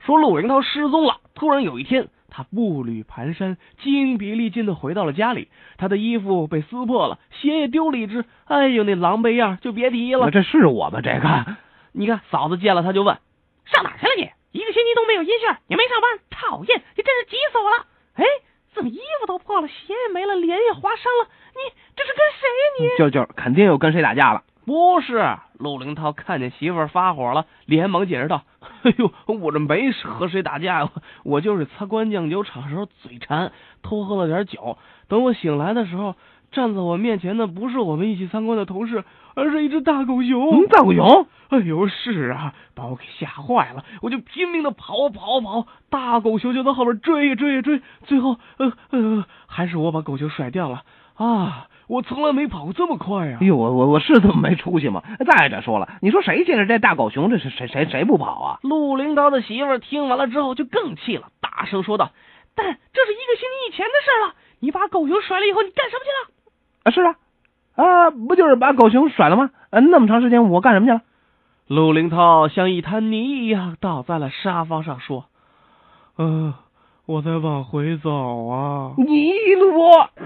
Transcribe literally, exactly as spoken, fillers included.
说陆林涛失踪了。突然有一天，他步履蹒跚，精疲力尽的回到了家里，他的衣服被撕破了，鞋也丢了一只，哎呦，那狼狈样就别提了。 这是我吧？这个， 你看嫂子见了他就问：上哪去了你？一个星期都没有音讯，也没上班，讨厌，你真是急死我了！哎，怎么衣服都破了，鞋也没了，脸也划伤了？你这是跟谁呀、你？ 就就肯定又跟谁打架了。 不是，陆林涛看见媳妇儿发火了，连忙解释道：哎呦，我这没和谁打架呀，我就是参观酿酒厂时候嘴馋，偷喝了点酒。等我醒来的时候，站在我面前的不是我们一起参观的同事，而是一只大狗熊。 嗯，大狗熊？ 哎呦，是啊，把我给吓坏了，我就拼命的跑跑跑，大狗熊就在后边追呀追呀追，最后呃呃，还是我把狗熊甩掉了啊！我从来没跑过这么快呀！ 哎呦，我我我是这么没出息吗？再者说了，你说谁见着这大狗熊，这是谁谁谁不跑啊？ 陆林涛的媳妇儿听完了之后就更气了，大声说道：但这是一个星期以前的事了，你把狗熊甩了以后，你干什么去了？ 啊，是啊，啊，不就是把狗熊甩了吗？啊，那么长时间我干什么去了？ 陆林涛像一滩泥一样倒在了沙发上，说：呃，我在往回走啊。 你我